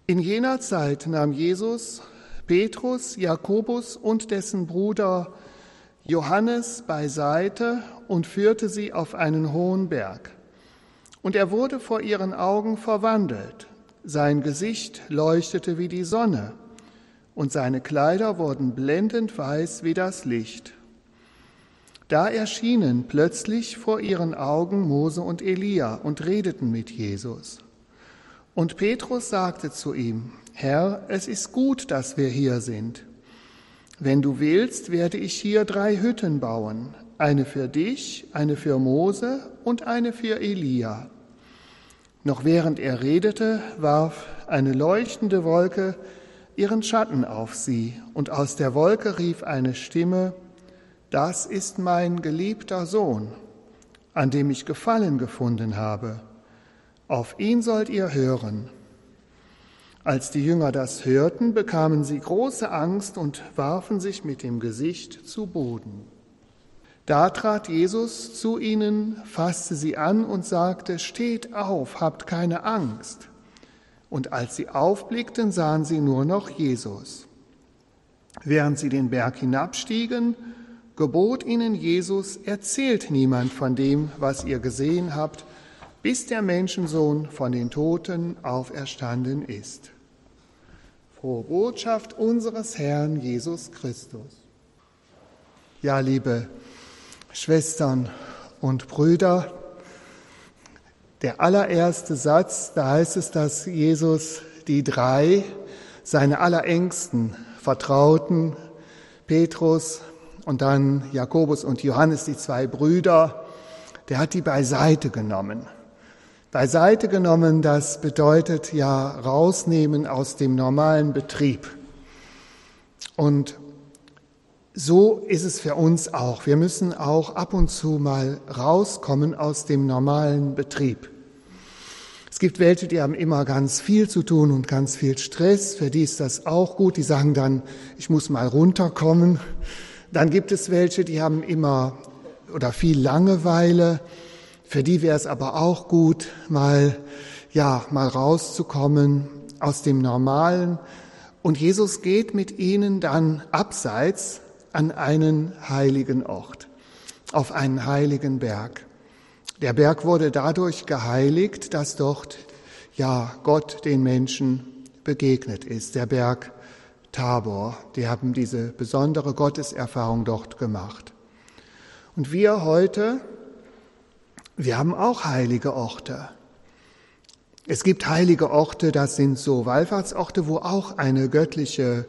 In jener Zeit nahm Jesus Petrus, Jakobus und dessen Bruder Johannes beiseite und führte sie auf einen hohen Berg. Und er wurde vor ihren Augen verwandelt. Sein Gesicht leuchtete wie die Sonne und seine Kleider wurden blendend weiß wie das Licht. Da erschienen plötzlich vor ihren Augen Mose und Elia und redeten mit Jesus. Und Petrus sagte zu ihm: Herr, es ist gut, dass wir hier sind. Wenn du willst, werde ich hier 3 Hütten bauen, eine für dich, eine für Mose und eine für Elia. Noch während er redete, warf eine leuchtende Wolke ihren Schatten auf sie, und aus der Wolke rief eine Stimme: Das ist mein geliebter Sohn, an dem ich Gefallen gefunden habe. Auf ihn sollt ihr hören. Als die Jünger das hörten, bekamen sie große Angst und warfen sich mit dem Gesicht zu Boden. Da trat Jesus zu ihnen, fasste sie an und sagte: Steht auf, habt keine Angst. Und als sie aufblickten, sahen sie nur noch Jesus. Während sie den Berg hinabstiegen, gebot ihnen Jesus: Erzählt niemand von dem, was ihr gesehen habt, bis der Menschensohn von den Toten auferstanden ist. Frohe Botschaft unseres Herrn Jesus Christus. Ja, liebe Schwestern und Brüder, der allererste Satz, da heißt es, dass Jesus die 3, seine allerengsten Vertrauten, Petrus und dann Jakobus und Johannes, die 2 Brüder, der hat die beiseite genommen. Beiseite genommen, das bedeutet ja rausnehmen aus dem normalen Betrieb. Und so ist es für uns auch. Wir müssen auch ab und zu mal rauskommen aus dem normalen Betrieb. Es gibt welche, die haben immer ganz viel zu tun und ganz viel Stress. Für die ist das auch gut. Die sagen dann: Ich muss mal runterkommen. Dann gibt es welche, die haben immer oder viel Langeweile. Für die wäre es aber auch gut, mal rauszukommen aus dem Normalen. Und Jesus geht mit ihnen dann abseits an einen heiligen Ort, auf einen heiligen Berg. Der Berg wurde dadurch geheiligt, dass dort Gott den Menschen begegnet ist. Der Berg Tabor, die haben diese besondere Gotteserfahrung dort gemacht. Und wir heute, wir haben auch heilige Orte. Es gibt heilige Orte, das sind so Wallfahrtsorte, wo auch ein göttliches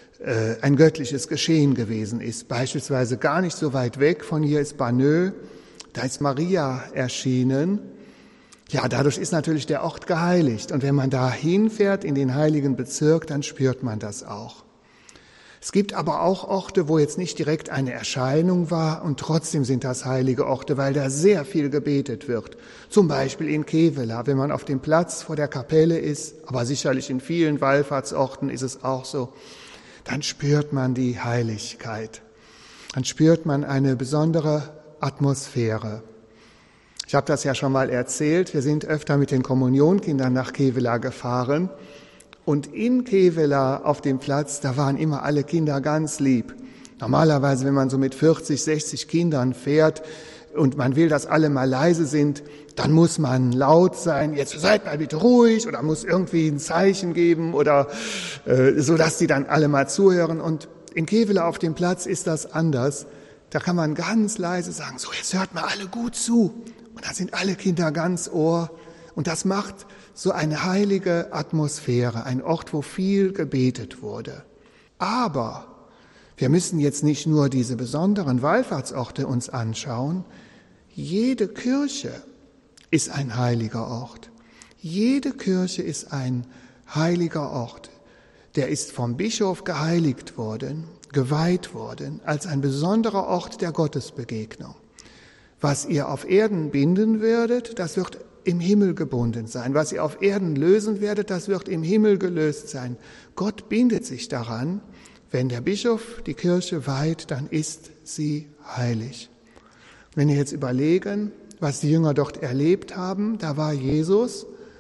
Geschehen gewesen ist. Beispielsweise gar nicht so weit weg von hier ist Banneux, da ist Maria erschienen. Ja, dadurch ist natürlich der Ort geheiligt. Und wenn man da hinfährt in den heiligen Bezirk, dann spürt man das auch. Es gibt aber auch Orte, wo jetzt nicht direkt eine Erscheinung war und trotzdem sind das heilige Orte, weil da sehr viel gebetet wird. Zum Beispiel in Kevela, wenn man auf dem Platz vor der Kapelle ist, aber sicherlich in vielen Wallfahrtsorten ist es auch so, dann spürt man die Heiligkeit. Dann spürt man eine besondere Atmosphäre. Ich habe das ja schon mal erzählt, wir sind öfter mit den Kommunionkindern nach Kevela gefahren. Und in Kevela auf dem Platz, da waren immer alle Kinder ganz lieb. Normalerweise, wenn man so mit 40, 60 Kindern fährt und man will, dass alle mal leise sind, dann muss man laut sein: Jetzt seid mal bitte ruhig, oder muss irgendwie ein Zeichen geben oder so, dass die dann alle mal zuhören. Und in Kevela auf dem Platz ist das anders. Da kann man ganz leise sagen: So, jetzt hört mal alle gut zu. Und da sind alle Kinder ganz Ohr. Und das macht so eine heilige Atmosphäre, ein Ort, wo viel gebetet wurde. Aber wir müssen jetzt nicht nur diese besonderen Wallfahrtsorte uns anschauen. Jede Kirche ist ein heiliger Ort. Jede Kirche ist ein heiliger Ort. Der ist vom Bischof geheiligt worden, geweiht worden, als ein besonderer Ort der Gottesbegegnung. Was ihr auf Erden binden werdet, das wird im Himmel gebunden sein. Was ihr auf Erden lösen werdet, das wird im Himmel gelöst sein. Gott bindet sich daran. Wenn der Bischof die Kirche weiht, dann ist sie heilig. Wenn wir jetzt überlegen, was die Jünger dort erlebt haben, da war Jesus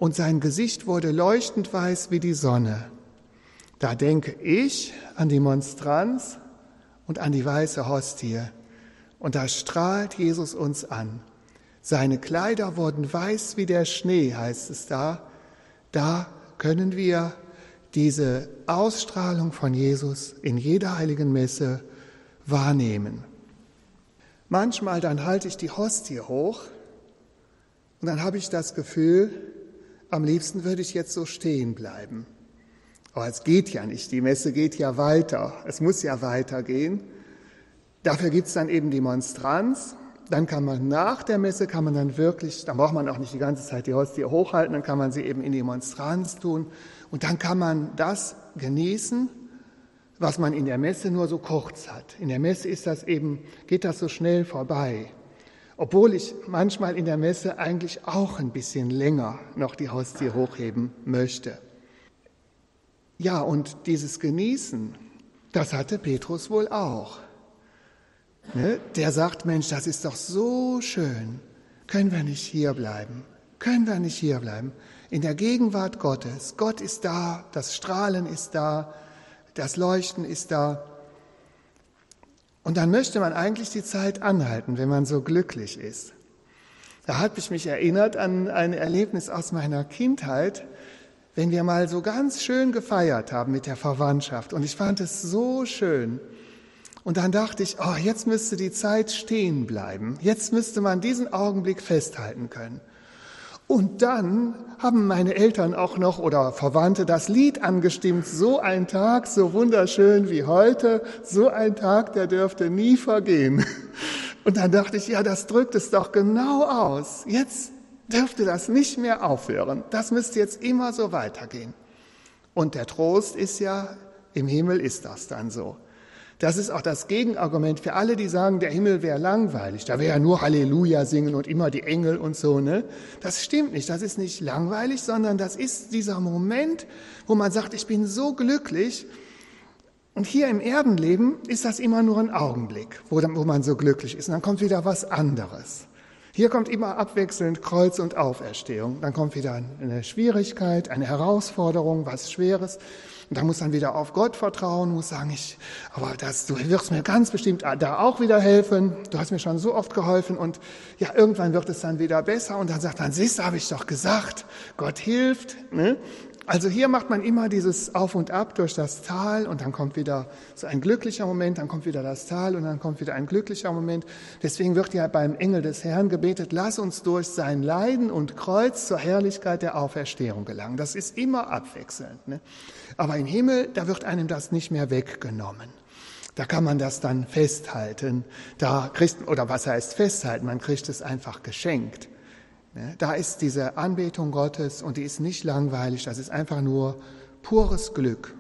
und sein Gesicht wurde leuchtend weiß wie die Sonne. Da denke ich an die Monstranz und an die weiße Hostie. Und da strahlt Jesus uns an. Seine Kleider wurden weiß wie der Schnee, heißt es da. Da können wir diese Ausstrahlung von Jesus in jeder heiligen Messe wahrnehmen. Manchmal dann halte ich die Hostie hoch und dann habe ich das Gefühl, am liebsten würde ich jetzt so stehen bleiben. Aber es geht ja nicht, die Messe geht ja weiter, es muss ja weitergehen. Dafür gibt es dann eben die Monstranz. Dann kann man nach der Messe, dann braucht man auch nicht die ganze Zeit die Hostie hochhalten, dann kann man sie eben in die Monstranz tun und dann kann man das genießen, was man in der Messe nur so kurz hat. In der Messe geht das so schnell vorbei, obwohl ich manchmal in der Messe eigentlich auch ein bisschen länger noch die Hostie hochheben möchte. Ja, und dieses Genießen, das hatte Petrus wohl auch. Der sagt, Mensch, das ist doch so schön. Können wir nicht hier bleiben? Können wir nicht hier bleiben? In der Gegenwart Gottes. Gott ist da, das Strahlen ist da, das Leuchten ist da. Und dann möchte man eigentlich die Zeit anhalten, wenn man so glücklich ist. Da habe ich mich erinnert an ein Erlebnis aus meiner Kindheit, wenn wir mal so ganz schön gefeiert haben mit der Verwandtschaft. Und ich fand es so schön. Und dann dachte ich, jetzt müsste die Zeit stehen bleiben. Jetzt müsste man diesen Augenblick festhalten können. Und dann haben meine Eltern auch noch oder Verwandte das Lied angestimmt. So ein Tag, so wunderschön wie heute, so ein Tag, der dürfte nie vergehen. Und dann dachte ich, das drückt es doch genau aus. Jetzt dürfte das nicht mehr aufhören. Das müsste jetzt immer so weitergehen. Und der Trost ist ja, im Himmel ist das dann so. Das ist auch das Gegenargument für alle, die sagen, der Himmel wäre langweilig. Da wäre ja nur Halleluja singen und immer die Engel und so, ne? Das stimmt nicht. Das ist nicht langweilig, sondern das ist dieser Moment, wo man sagt, ich bin so glücklich. Und hier im Erdenleben ist das immer nur ein Augenblick, wo man so glücklich ist. Und dann kommt wieder was anderes. Hier kommt immer abwechselnd Kreuz und Auferstehung. Dann kommt wieder eine Schwierigkeit, eine Herausforderung, was Schweres. Und da muss man wieder auf Gott vertrauen, muss sagen, du wirst mir ganz bestimmt da auch wieder helfen. Du hast mir schon so oft geholfen und ja, irgendwann wird es dann wieder besser. Und dann sagt man, siehst du, habe ich doch gesagt, Gott hilft. Ne? Also hier macht man immer dieses Auf und Ab durch das Tal und dann kommt wieder so ein glücklicher Moment, dann kommt wieder das Tal und dann kommt wieder ein glücklicher Moment. Deswegen wird ja beim Engel des Herrn gebetet, lass uns durch sein Leiden und Kreuz zur Herrlichkeit der Auferstehung gelangen. Das ist immer abwechselnd. Ne? Aber im Himmel, da wird einem das nicht mehr weggenommen. Da kann man das dann festhalten. Was heißt festhalten? Man kriegt es einfach geschenkt. Da ist diese Anbetung Gottes und die ist nicht langweilig, das ist einfach nur pures Glück.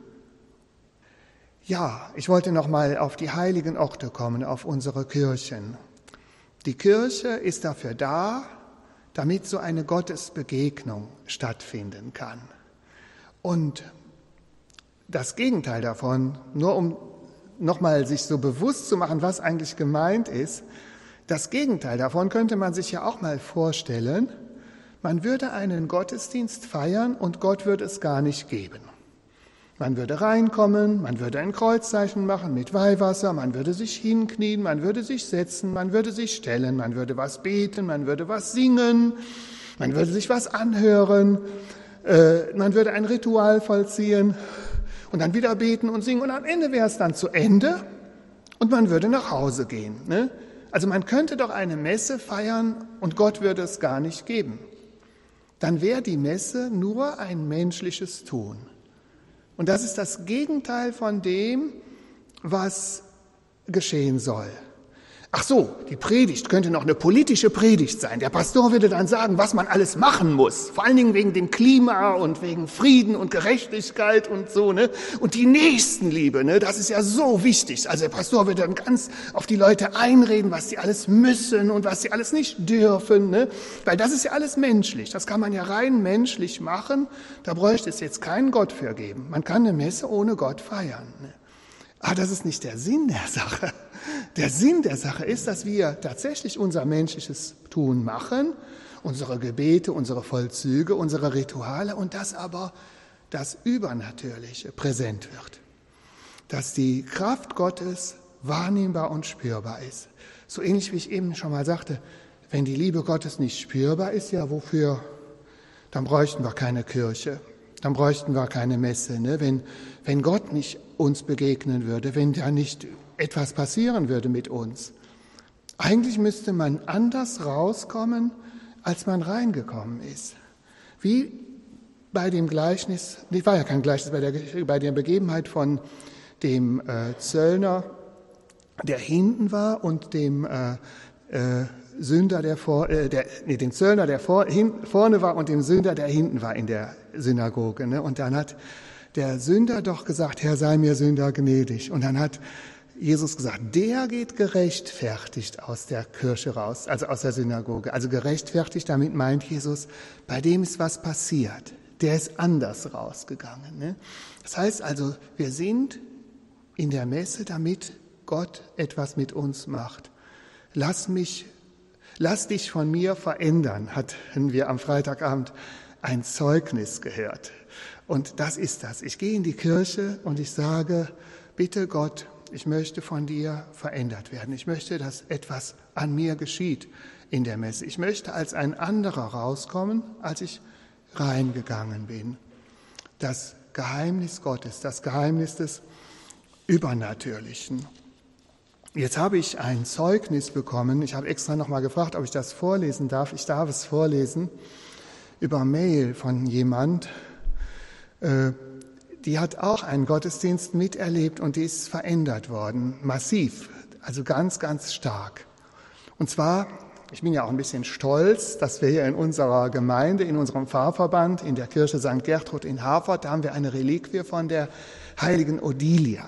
Ja, ich wollte noch mal auf die heiligen Orte kommen, auf unsere Kirchen. Die Kirche ist dafür da, damit so eine Gottesbegegnung stattfinden kann. Und das Gegenteil davon, nur um noch mal sich so bewusst zu machen, was eigentlich gemeint ist, das Gegenteil davon könnte man sich ja auch mal vorstellen, man würde einen Gottesdienst feiern und Gott würde es gar nicht geben. Man würde reinkommen, man würde ein Kreuzzeichen machen mit Weihwasser, man würde sich hinknien, man würde sich setzen, man würde sich stellen, man würde was beten, man würde was singen, man würde sich was anhören, man würde ein Ritual vollziehen und dann wieder beten und singen und am Ende wäre es dann zu Ende und man würde nach Hause gehen, ne? Also man könnte doch eine Messe feiern und Gott würde es gar nicht geben. Dann wäre die Messe nur ein menschliches Tun. Und das ist das Gegenteil von dem, was geschehen soll. Ach so, die Predigt könnte noch eine politische Predigt sein. Der Pastor würde dann sagen, was man alles machen muss. Vor allen Dingen wegen dem Klima und wegen Frieden und Gerechtigkeit und so, ne? Und die Nächstenliebe, ne? Das ist ja so wichtig. Also der Pastor würde dann ganz auf die Leute einreden, was sie alles müssen und was sie alles nicht dürfen, ne? Weil das ist ja alles menschlich. Das kann man ja rein menschlich machen. Da bräuchte es jetzt keinen Gott für geben. Man kann eine Messe ohne Gott feiern, ne? Aber das ist nicht der Sinn der Sache. Der Sinn der Sache ist, dass wir tatsächlich unser menschliches Tun machen unsere Gebete, unsere Vollzüge, unsere Rituale und dass aber das Übernatürliche präsent wird. Dass die Kraft Gottes wahrnehmbar und spürbar ist. So ähnlich wie ich eben schon mal sagte, wenn die Liebe Gottes nicht spürbar ist, ja wofür? Dann bräuchten wir keine Kirche, dann bräuchten wir keine Messe. Ne? Wenn Gott nicht uns begegnen würde, wenn da nicht etwas passieren würde mit uns. Eigentlich müsste man anders rauskommen, als man reingekommen ist. Wie bei dem Gleichnis, das war ja kein Gleichnis, bei der Begebenheit von dem Zöllner, der hinten war, und dem Sünder, dem Zöllner, der vorne war, und dem Sünder, der hinten war in der Synagoge. Ne? Und dann hat der Sünder doch gesagt, Herr, sei mir Sünder gnädig. Und dann hat Jesus gesagt, der geht gerechtfertigt aus der Kirche raus, also aus der Synagoge. Also gerechtfertigt, damit meint Jesus, bei dem ist was passiert. Der ist anders rausgegangen. Ne? Das heißt also, wir sind in der Messe, damit Gott etwas mit uns macht. Lass dich von mir verändern, hatten wir am Freitagabend ein Zeugnis gehört. Und das ist das. Ich gehe in die Kirche und ich sage, bitte Gott, ich möchte von dir verändert werden. Ich möchte, dass etwas an mir geschieht in der Messe. Ich möchte als ein anderer rauskommen, als ich reingegangen bin. Das Geheimnis Gottes, das Geheimnis des Übernatürlichen. Jetzt habe ich ein Zeugnis bekommen. Ich habe extra nochmal gefragt, ob ich das vorlesen darf. Ich darf es vorlesen über Mail von jemand, die hat auch einen Gottesdienst miterlebt und die ist verändert worden, massiv, also ganz, ganz stark. Und zwar, ich bin ja auch ein bisschen stolz, dass wir hier in unserer Gemeinde, in unserem Pfarrverband, in der Kirche St. Gertrud in Harford, da haben wir eine Reliquie von der heiligen Odilia.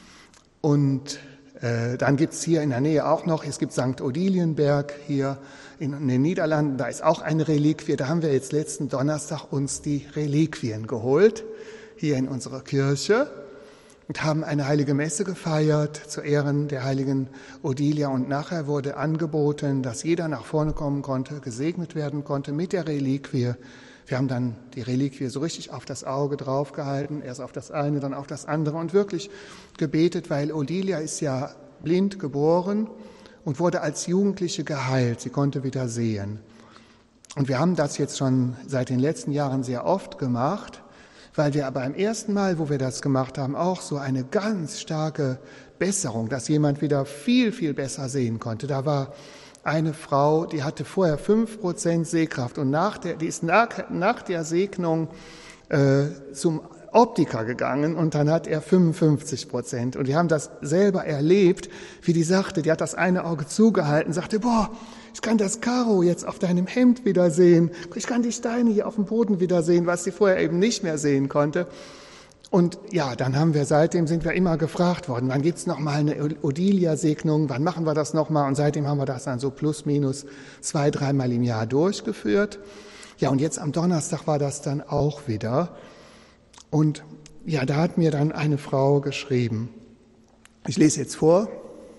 Und dann gibt's hier in der Nähe auch noch, es gibt St. Odilienberg hier in den Niederlanden, da ist auch eine Reliquie. Da haben wir jetzt letzten Donnerstag uns die Reliquien geholt, hier in unserer Kirche, und haben eine heilige Messe gefeiert zu Ehren der heiligen Odilia. Und nachher wurde angeboten, dass jeder nach vorne kommen konnte, gesegnet werden konnte mit der Reliquie. Wir haben dann die Reliquie so richtig auf das Auge draufgehalten, erst auf das eine, dann auf das andere und wirklich gebetet, weil Odilia ist ja blind geboren und wurde als Jugendliche geheilt. Sie konnte wieder sehen. Und wir haben das jetzt schon seit den letzten Jahren sehr oft gemacht, weil wir aber beim ersten Mal, wo wir das gemacht haben, auch so eine ganz starke Besserung, dass jemand wieder viel, viel besser sehen konnte. Da war eine Frau, die hatte vorher 5% Sehkraft und die ist nach der Segnung zum Optiker gegangen und dann hat er 55%. Und wir haben das selber erlebt, wie die sagte, die hat das eine Auge zugehalten, sagte, boah, ich kann das Karo jetzt auf deinem Hemd wieder sehen, ich kann die Steine hier auf dem Boden wieder sehen, was sie vorher eben nicht mehr sehen konnte. Und ja, seitdem sind wir immer gefragt worden, wann gibt's noch mal eine Odilia-Segnung, wann machen wir das noch mal? Und seitdem haben wir das dann so plus minus 2-3 Mal im Jahr durchgeführt. Ja, und jetzt am Donnerstag war das dann auch wieder. Und ja, da hat mir dann eine Frau geschrieben. Ich lese jetzt vor.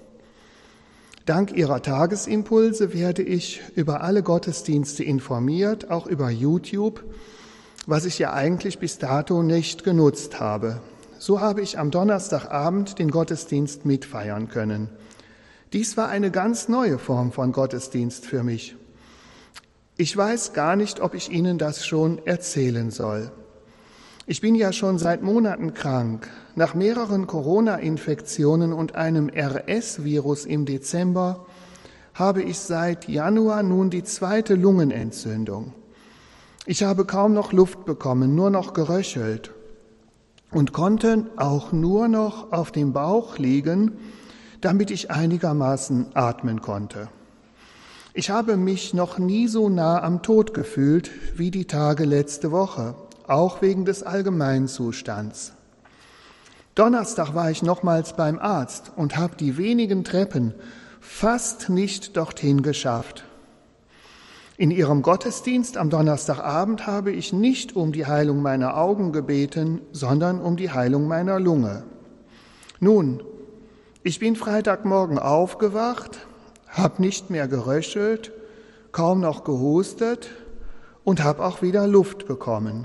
Dank ihrer Tagesimpulse werde ich über alle Gottesdienste informiert, auch über YouTube, was ich ja eigentlich bis dato nicht genutzt habe. So habe ich am Donnerstagabend den Gottesdienst mitfeiern können. Dies war eine ganz neue Form von Gottesdienst für mich. Ich weiß gar nicht, ob ich Ihnen das schon erzählen soll. Ich bin ja schon seit Monaten krank. Nach mehreren Corona-Infektionen und einem RS-Virus im Dezember habe ich seit Januar nun die 2. Lungenentzündung. Ich habe kaum noch Luft bekommen, nur noch geröchelt und konnte auch nur noch auf dem Bauch liegen, damit ich einigermaßen atmen konnte. Ich habe mich noch nie so nah am Tod gefühlt wie die Tage letzte Woche, auch wegen des Allgemeinzustands. Donnerstag war ich nochmals beim Arzt und habe die wenigen Treppen fast nicht dorthin geschafft. In ihrem Gottesdienst am Donnerstagabend habe ich nicht um die Heilung meiner Augen gebeten, sondern um die Heilung meiner Lunge. Nun, ich bin Freitagmorgen aufgewacht, habe nicht mehr geröchelt, kaum noch gehustet und habe auch wieder Luft bekommen.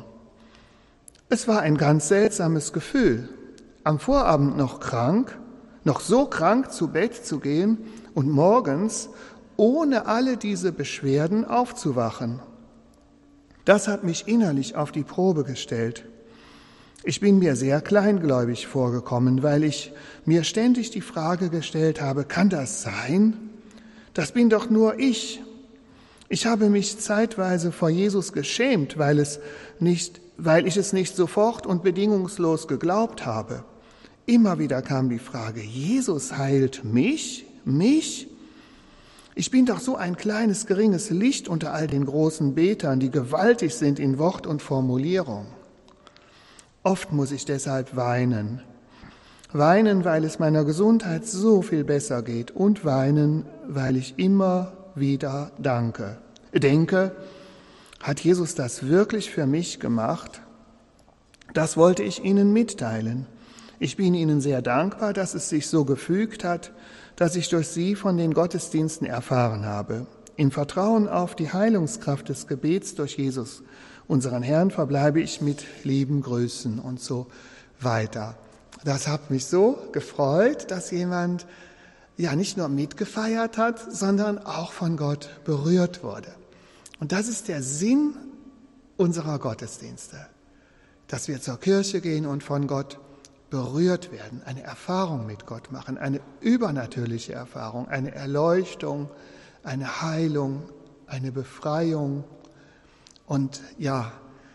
Es war ein ganz seltsames Gefühl, am Vorabend noch krank, noch so krank zu Bett zu gehen und morgens ohne alle diese Beschwerden aufzuwachen. Das hat mich innerlich auf die Probe gestellt. Ich bin mir sehr kleingläubig vorgekommen, weil ich mir ständig die Frage gestellt habe, kann das sein? Das bin doch nur ich. Ich habe mich zeitweise vor Jesus geschämt, weil ich es nicht sofort und bedingungslos geglaubt habe. Immer wieder kam die Frage, Jesus heilt mich? Mich? Ich bin doch so ein kleines, geringes Licht unter all den großen Betern, die gewaltig sind in Wort und Formulierung. Oft muss ich deshalb weinen. Weinen, weil es meiner Gesundheit so viel besser geht und weinen, weil ich immer wieder denke, hat Jesus das wirklich für mich gemacht? Das wollte ich Ihnen mitteilen. Ich bin Ihnen sehr dankbar, dass es sich so gefügt hat, dass ich durch Sie von den Gottesdiensten erfahren habe. Im Vertrauen auf die Heilungskraft des Gebets durch Jesus, unseren Herrn, verbleibe ich mit lieben Grüßen und so weiter. Das hat mich so gefreut, dass jemand ja nicht nur mitgefeiert hat, sondern auch von Gott berührt wurde. Und das ist der Sinn unserer Gottesdienste, dass wir zur Kirche gehen und von Gott berührt werden, eine Erfahrung mit Gott machen, eine übernatürliche Erfahrung, eine Erleuchtung, eine Heilung, eine Befreiung. Und ja,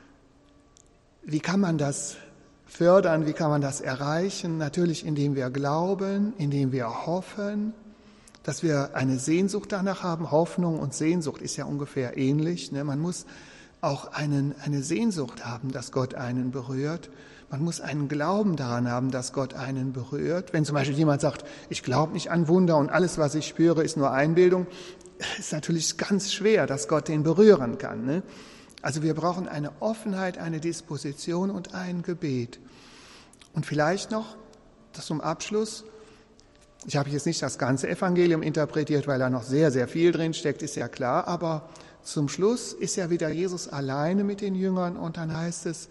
wie kann man das fördern, wie kann man das erreichen? Natürlich, indem wir glauben, indem wir hoffen, dass wir eine Sehnsucht danach haben. Hoffnung und Sehnsucht ist ja ungefähr ähnlich. Ne? Man muss auch eine Sehnsucht haben, dass Gott einen berührt. Man muss einen Glauben daran haben, dass Gott einen berührt. Wenn zum Beispiel jemand sagt, ich glaube nicht an Wunder und alles, was ich spüre, ist nur Einbildung, ist natürlich ganz schwer, dass Gott den berühren kann. Ne? Also wir brauchen eine Offenheit, eine Disposition und ein Gebet. Und vielleicht noch, das zum Abschluss, ich habe jetzt nicht das ganze Evangelium interpretiert, weil da noch sehr, sehr viel drin steckt, ist ja klar, aber zum Schluss ist ja wieder Jesus alleine mit den Jüngern und dann heißt es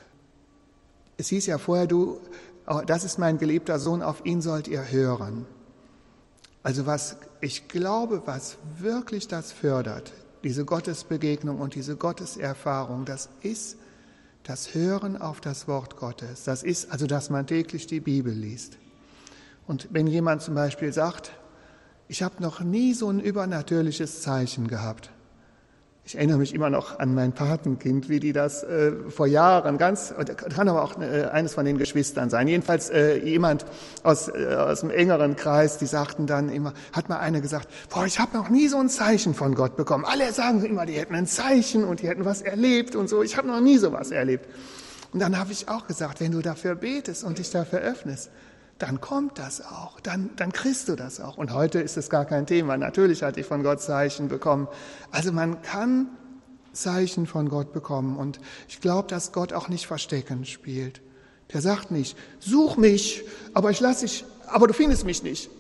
hieß ja vorher, das ist mein geliebter Sohn, auf ihn sollt ihr hören. Also ich glaube, was wirklich das fördert, diese Gottesbegegnung und diese Gotteserfahrung, das ist das Hören auf das Wort Gottes. Das ist also, dass man täglich die Bibel liest. Und wenn jemand zum Beispiel sagt, ich habe noch nie so ein übernatürliches Zeichen gehabt. Ich erinnere mich immer noch an mein Patenkind, wie die das vor Jahren kann aber auch eines von den Geschwistern sein. Jedenfalls jemand aus dem engeren Kreis, die sagten dann immer, hat mal eine gesagt, ich habe noch nie so ein Zeichen von Gott bekommen. Alle sagen immer, die hätten ein Zeichen und die hätten was erlebt und so. Ich habe noch nie sowas erlebt. Und dann habe ich auch gesagt, wenn du dafür betest und dich dafür öffnest, dann kommt das auch, dann kriegst du das auch. Und heute ist es gar kein Thema. Natürlich hatte ich von Gott Zeichen bekommen. Also man kann Zeichen von Gott bekommen. Und ich glaube, dass Gott auch nicht Verstecken spielt. Der sagt nicht, such mich, aber du findest mich nicht.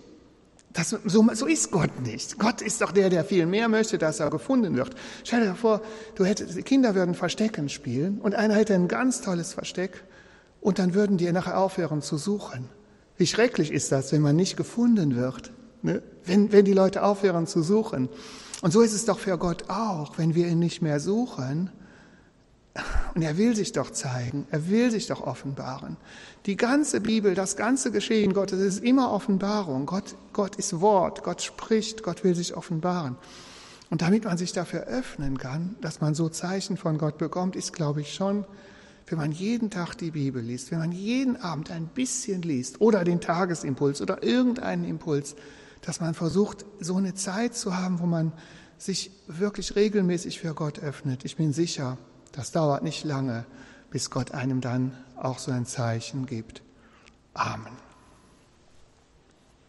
So ist Gott nicht. Gott ist doch der viel mehr möchte, dass er gefunden wird. Stell dir vor, die Kinder würden Verstecken spielen und einer hätte ein ganz tolles Versteck und dann würden die nachher aufhören zu suchen. Wie schrecklich ist das, wenn man nicht gefunden wird, ne? Wenn die Leute aufhören zu suchen. Und so ist es doch für Gott auch, wenn wir ihn nicht mehr suchen. Und er will sich doch zeigen, er will sich doch offenbaren. Die ganze Bibel, das ganze Geschehen Gottes ist immer Offenbarung. Gott ist Wort, Gott spricht, Gott will sich offenbaren. Und damit man sich dafür öffnen kann, dass man so Zeichen von Gott bekommt, ist, glaube ich, schon, wenn man jeden Tag die Bibel liest, wenn man jeden Abend ein bisschen liest oder den Tagesimpuls oder irgendeinen Impuls, dass man versucht, so eine Zeit zu haben, wo man sich wirklich regelmäßig für Gott öffnet. Ich bin sicher, das dauert nicht lange, bis Gott einem dann auch so ein Zeichen gibt. Amen.